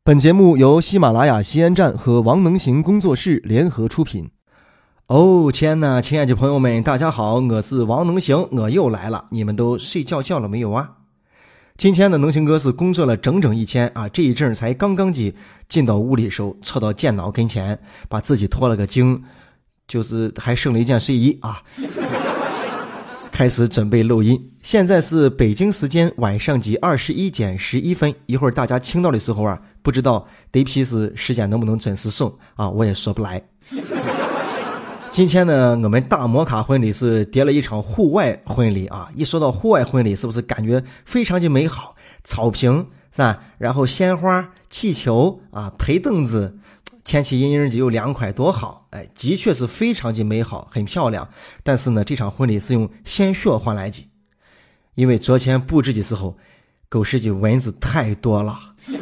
本节目由喜马拉雅西安站和王能行工作室联合出品。哦天哪，亲爱的朋友们，大家好，我是王能行，我又来了，你们都睡觉了没有啊？今天的能行哥是工作了整整一天啊，这一阵才刚刚进到屋里时候，凑到电脑跟前，把自己脱了个精，就是还剩了一件睡衣啊。开始准备录音，现在是北京时间晚上21:11，一会儿大家听到的时候啊，不知道这批是时间能不能准时送啊，我也说不来。今天呢，我们大摩卡婚礼是叠了一场户外婚礼啊，一说到户外婚礼，是不是感觉非常的美好？草坪是吧？然后鲜花、气球啊，陪凳子。天气阴阴的又凉快，多好！哎，的确是非常的美好，很漂亮。但是呢，这场婚礼是用鲜血换来的，因为昨天布置的时候，狗屎的蚊子太多了。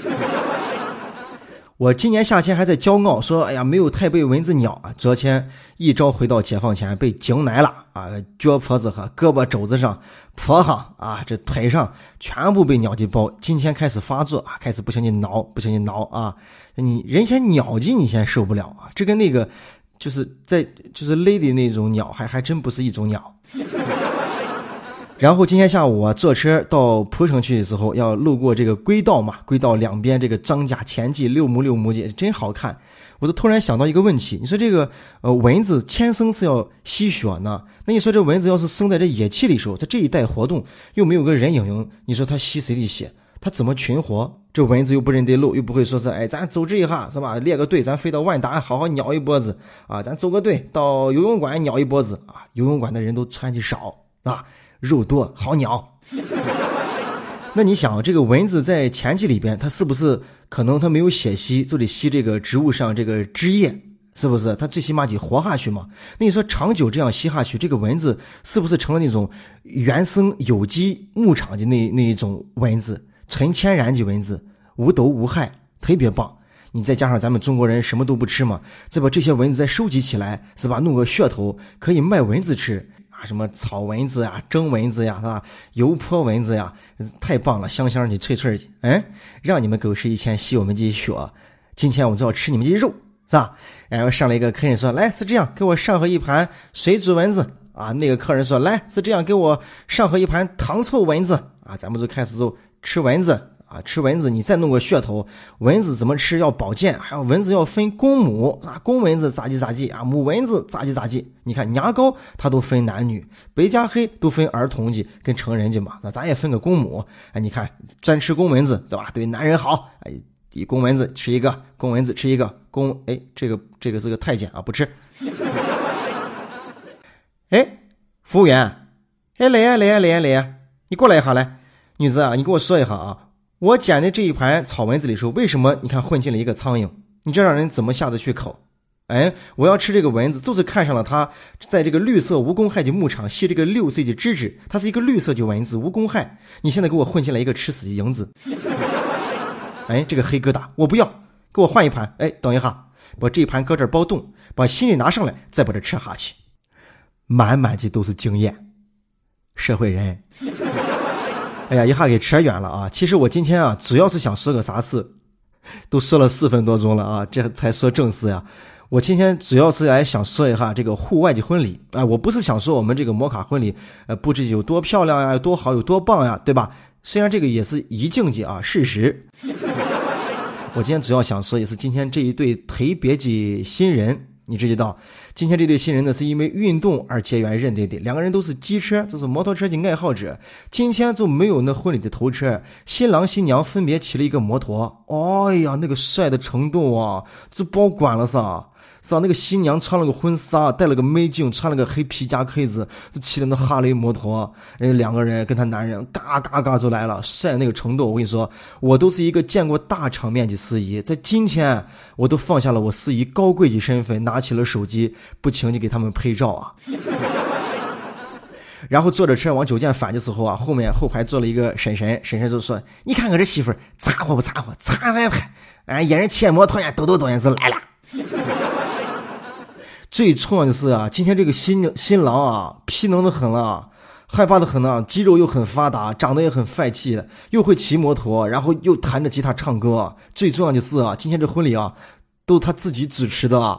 我今年夏天还在骄傲说，哎呀，没有太被蚊子咬啊。昨天一朝回到解放前，被惊奶了啊！脚脖子和胳膊肘子上、脖上啊，这腿上全部被咬的包。今天开始发作啊，开始不行你挠啊！你人先咬的，你先受不了啊！这跟那个就是勒的那种鸟还真不是一种鸟。然后今天下午啊，坐车到蒲城去的时候，要路过这个归道嘛，归道两边这个张家前记六目记真好看。我就突然想到一个问题，你说这个蚊子天生是要吸血呢，那你说这蚊子要是生在这野气里时候，在这一带活动又没有个人影，你说它吸谁的血？它怎么群活？这蚊子又不认得路，又不会说是哎，咱组织一下是吧？列个队，咱飞到万达好好鸟一波子啊，咱组个队到游泳馆鸟一波子啊，游泳馆的人都穿的少啊，肉多好鸟。那你想这个蚊子在前期里边，它是不是可能它没有血吸，就得吸这个植物上这个汁液，是不是它最起码得活下去嘛？那你说长久这样吸下去，这个蚊子是不是成了那种原生有机牧场的那一种蚊子，纯天然的蚊子，无毒无害，特别棒。你再加上咱们中国人什么都不吃嘛，再把这些蚊子再收集起来，是吧？弄个噱头可以卖蚊子吃啊，什么草蚊子呀、蒸蚊子呀，是吧？油泼蚊子呀，太棒了，香香的、脆脆的。让你们狗屎以前吸我们的血，今天我就要吃你们的肉，是吧？然后上来一个客人说，来是这样，给我上河一盘水煮蚊子啊。那个客人说，来是这样，给我上河一盘糖醋蚊子啊。咱们就开始就吃蚊子啊，吃蚊子你再弄个噱头，蚊子怎么吃要保健，还有蚊子要分公母啊，公蚊子咋地啊，母蚊子咋地。你看牙膏它都分男女，白加黑都分儿童的跟成人的嘛，那咱也分个公母。哎，你看专吃公蚊子对吧？对男人好，哎，公蚊子吃一个，公蚊子吃一个，这个是个太监啊，不吃。哎，服务员，哎来，你过来一下来，女子啊，你给我说一下啊。我捡的这一盘草蚊子里时候，为什么你看混进了一个苍蝇？你这让人怎么下得去口？哎，我要吃这个蚊子，就是看上了它在这个绿色无公害的牧场吸这个6岁的脂质，它是一个绿色的蚊子，无公害。你现在给我混进来一个吃死的蝇子。哎，这个黑疙瘩我不要，给我换一盘。哎，等一下，把这一盘搁这儿包冻，把新的拿上来，再把这吃下去。满满的都是经验，社会人。哎呀，一下给扯远了啊！其实我今天啊，主要是想说个啥事，都说了4分多钟了啊，这才说正事呀。我今天主要是来想说一下这个户外的婚礼啊，我不是想说我们这个摩卡婚礼布置有多漂亮呀，有多好，有多棒呀，对吧？虽然这个也是一境界啊，事实。我今天主要想说也是今天这一对特别的新人。你知道今天这对新人呢，是因为运动而结缘认得的，两个人都是机车，就是摩托车的爱好者。今天就没有那婚礼的头车，新郎新娘分别骑了一个摩托。哎呀，那个帅的程度啊，就包管了撒。那个新娘穿了个婚纱，戴了个美镜，穿了个黑皮夹克子，就骑了那哈雷摩托，人家两个人跟他男人嘎嘎嘎就来了，帅那个程度，我跟你说，我都是一个见过大场面的司仪，在今天我都放下了我司仪高贵的身份，拿起了手机，不停地给他们拍照啊。然后坐着车往酒店返的时候啊，后排坐了一个婶婶就说：“你看我这媳妇掺和不掺和？掺和拍，哎，一人骑摩托呀，抖呀就来了。”最重要的是啊，今天这个新郎啊，皮能的很了， 害怕的很啊，肌肉又很发达，长得也很帅气，又会骑摩托，然后又弹着吉他唱歌。最重要的是啊，今天这婚礼啊，都是他自己主持的啊。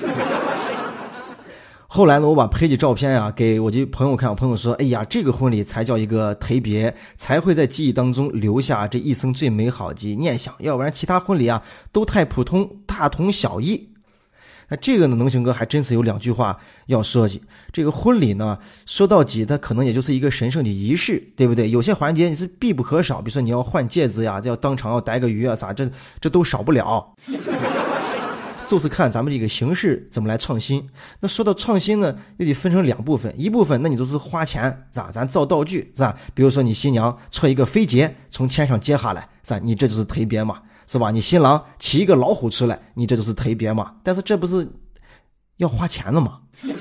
后来呢，我把拍的照片啊给我的朋友看，我朋友说：“哎呀，这个婚礼才叫一个特别，才会在记忆当中留下这一生最美好的念想，要不然其他婚礼啊都太普通，大同小异。”那这个呢，能行哥还真是有2句话要说起。这个婚礼呢，说到底，它可能也就是一个神圣的仪式，对不对？有些环节你是必不可少，比如说你要换戒指呀，要当场要逮个鱼啊啥，这都少不了。就是看咱们这个形式怎么来创新。那说到创新呢，又得分成2部分，一部分那你就是花钱，是吧？咱造道具，是吧？比如说你新娘吹一个飞碟从天上接下来，是吧？你这就是特别嘛，是吧？你新郎骑一个老虎出来，你这就是特别嘛。但是这不是要花钱的吗？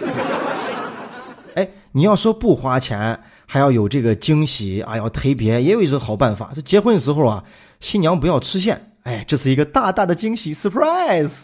哎，你要说不花钱，还要有这个惊喜啊，要特别，也有一种好办法。这结婚的时候啊，新娘不要吃线，哎，这是一个大大的惊喜 ，surprise。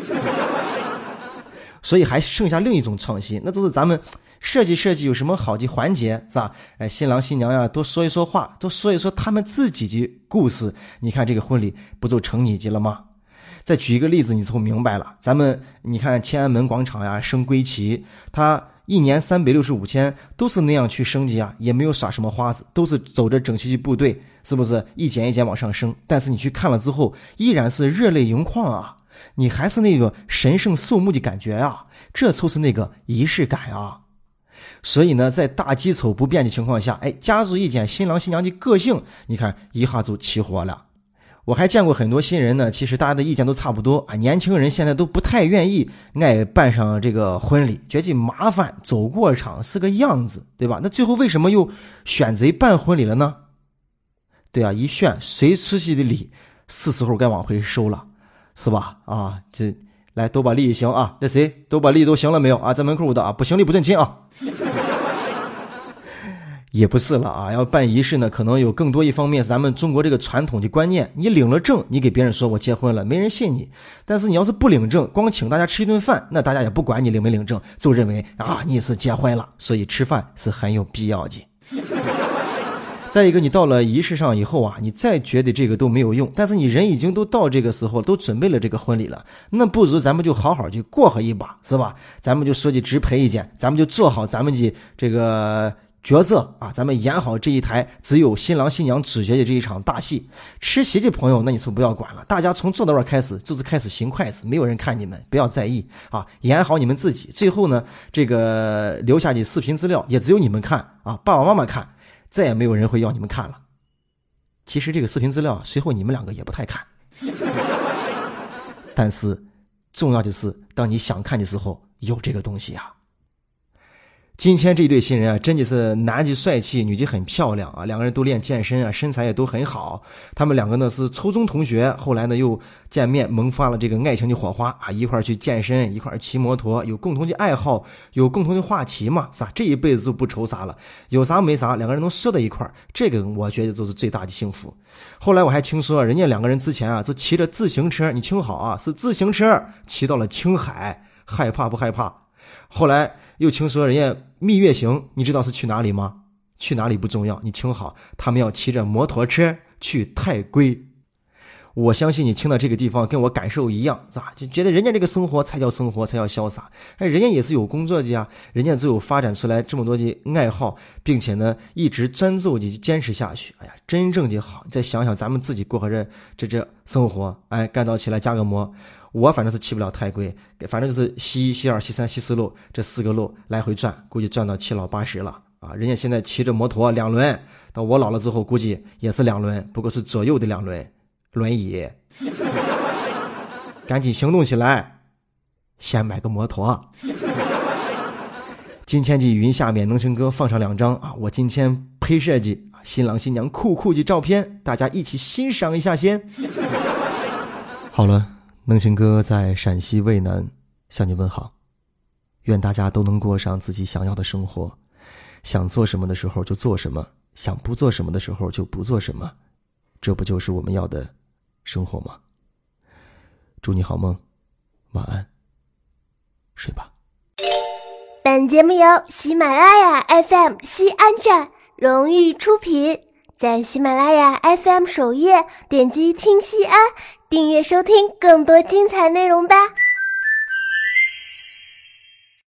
所以还剩下另一种创新，那就是咱们设计有什么好的环节，是吧？哎，新郎新娘呀，多说一说话，多说一说他们自己的故事，你看这个婚礼不就成你的了吗？再举一个例子，你就明白了。咱们你看天安门广场呀，升归旗，它1年365天都是那样去升级啊，也没有耍什么花子，都是走着整齐的部队，是不是一件一件往上升？但是你去看了之后，依然是热泪盈眶啊。你还是那个神圣肃穆的感觉啊，这就是那个仪式感啊。所以呢，在大基础不变的情况下，哎，加入一点新郎新娘的个性，你看一下就起火了。我还见过很多新人呢，其实大家的意见都差不多啊。年轻人现在都不太愿意爱办上这个婚礼，觉得麻烦，走过场是个样子，对吧？那最后为什么又选择办婚礼了呢？对啊，一选谁出席的礼，是时候该往回收了。是吧？啊，这来都把礼行啊！这谁都把礼都行了没有啊？在门口的啊，不行礼不认亲啊！也不是了啊，要办仪式呢，可能有更多一方面是咱们中国这个传统的观念。你领了证，你给别人说我结婚了，没人信你；但是你要是不领证，光请大家吃一顿饭，那大家也不管你领没领证，就认为啊你是结婚了。所以吃饭是很有必要的。再一个，你到了仪式上以后啊，你再觉得这个都没有用，但是你人已经都到这个时候，都准备了这个婚礼了，那不如咱们就好好去过上一把，是吧？咱们就说句直白一点，咱们就做好咱们的这个角色啊，咱们演好这一台只有新郎新娘主角的这一场大戏。吃席的朋友，那你就不要管了，大家从坐到那儿开始就是开始行筷子，没有人看你们，不要在意啊，演好你们自己。最后呢，这个留下的视频资料也只有你们看啊，爸爸妈妈看。再也没有人会要你们看了。其实这个视频资料随后你们2个也不太看，但是重要的是当你想看的时候有这个东西啊。今天这一对新人啊，真的是男的帅气，女的很漂亮啊，2个人都练健身啊，身材也都很好。他们2个呢是初中同学，后来呢又见面萌发了这个爱情的火花啊，一块去健身，一块骑摩托，有共同的爱好，有共同的话题嘛，是吧？这一辈子就不愁啥了，有啥没啥，2个人能说到一块，这个我觉得就是最大的幸福。后来我还听说人家2个人之前啊就骑着自行车，你听好啊，是自行车骑到了青海，害怕不害怕？后来又听说人家蜜月行，你知道是去哪里吗？去哪里不重要，你听好，他们要骑着摩托车去泰国。我相信你听到这个地方跟我感受一样，是吧？就觉得人家这个生活才叫生活，才叫潇洒。哎，人家也是有工作的呀，人家就有发展出来这么多的爱好，并且呢一直专注的坚持下去。哎呀，真正的好。再想想咱们自己过着这生活，哎，干早起来加个馍。我反正是去不了太贵，反正就是西1、西2、西3、西4路这4个路来回转，估计转到7老80了啊！人家现在骑着摩托2轮，到我老了之后估计也是2轮，不过是左右的2轮轮椅。赶紧行动起来，先买个摩托。今天的语音下面能行哥放上2张啊，我今天拍摄的新郎新娘酷的照片，大家一起欣赏一下先。好了。能行哥在陕西渭南向你问好，愿大家都能过上自己想要的生活，想做什么的时候就做什么，想不做什么的时候就不做什么，这不就是我们要的生活吗？祝你好梦，晚安，睡吧。 本节目由喜马拉雅 FM 西安站荣誉出品，在喜马拉雅 FM 首页点击听西安，订阅收听更多精彩内容吧。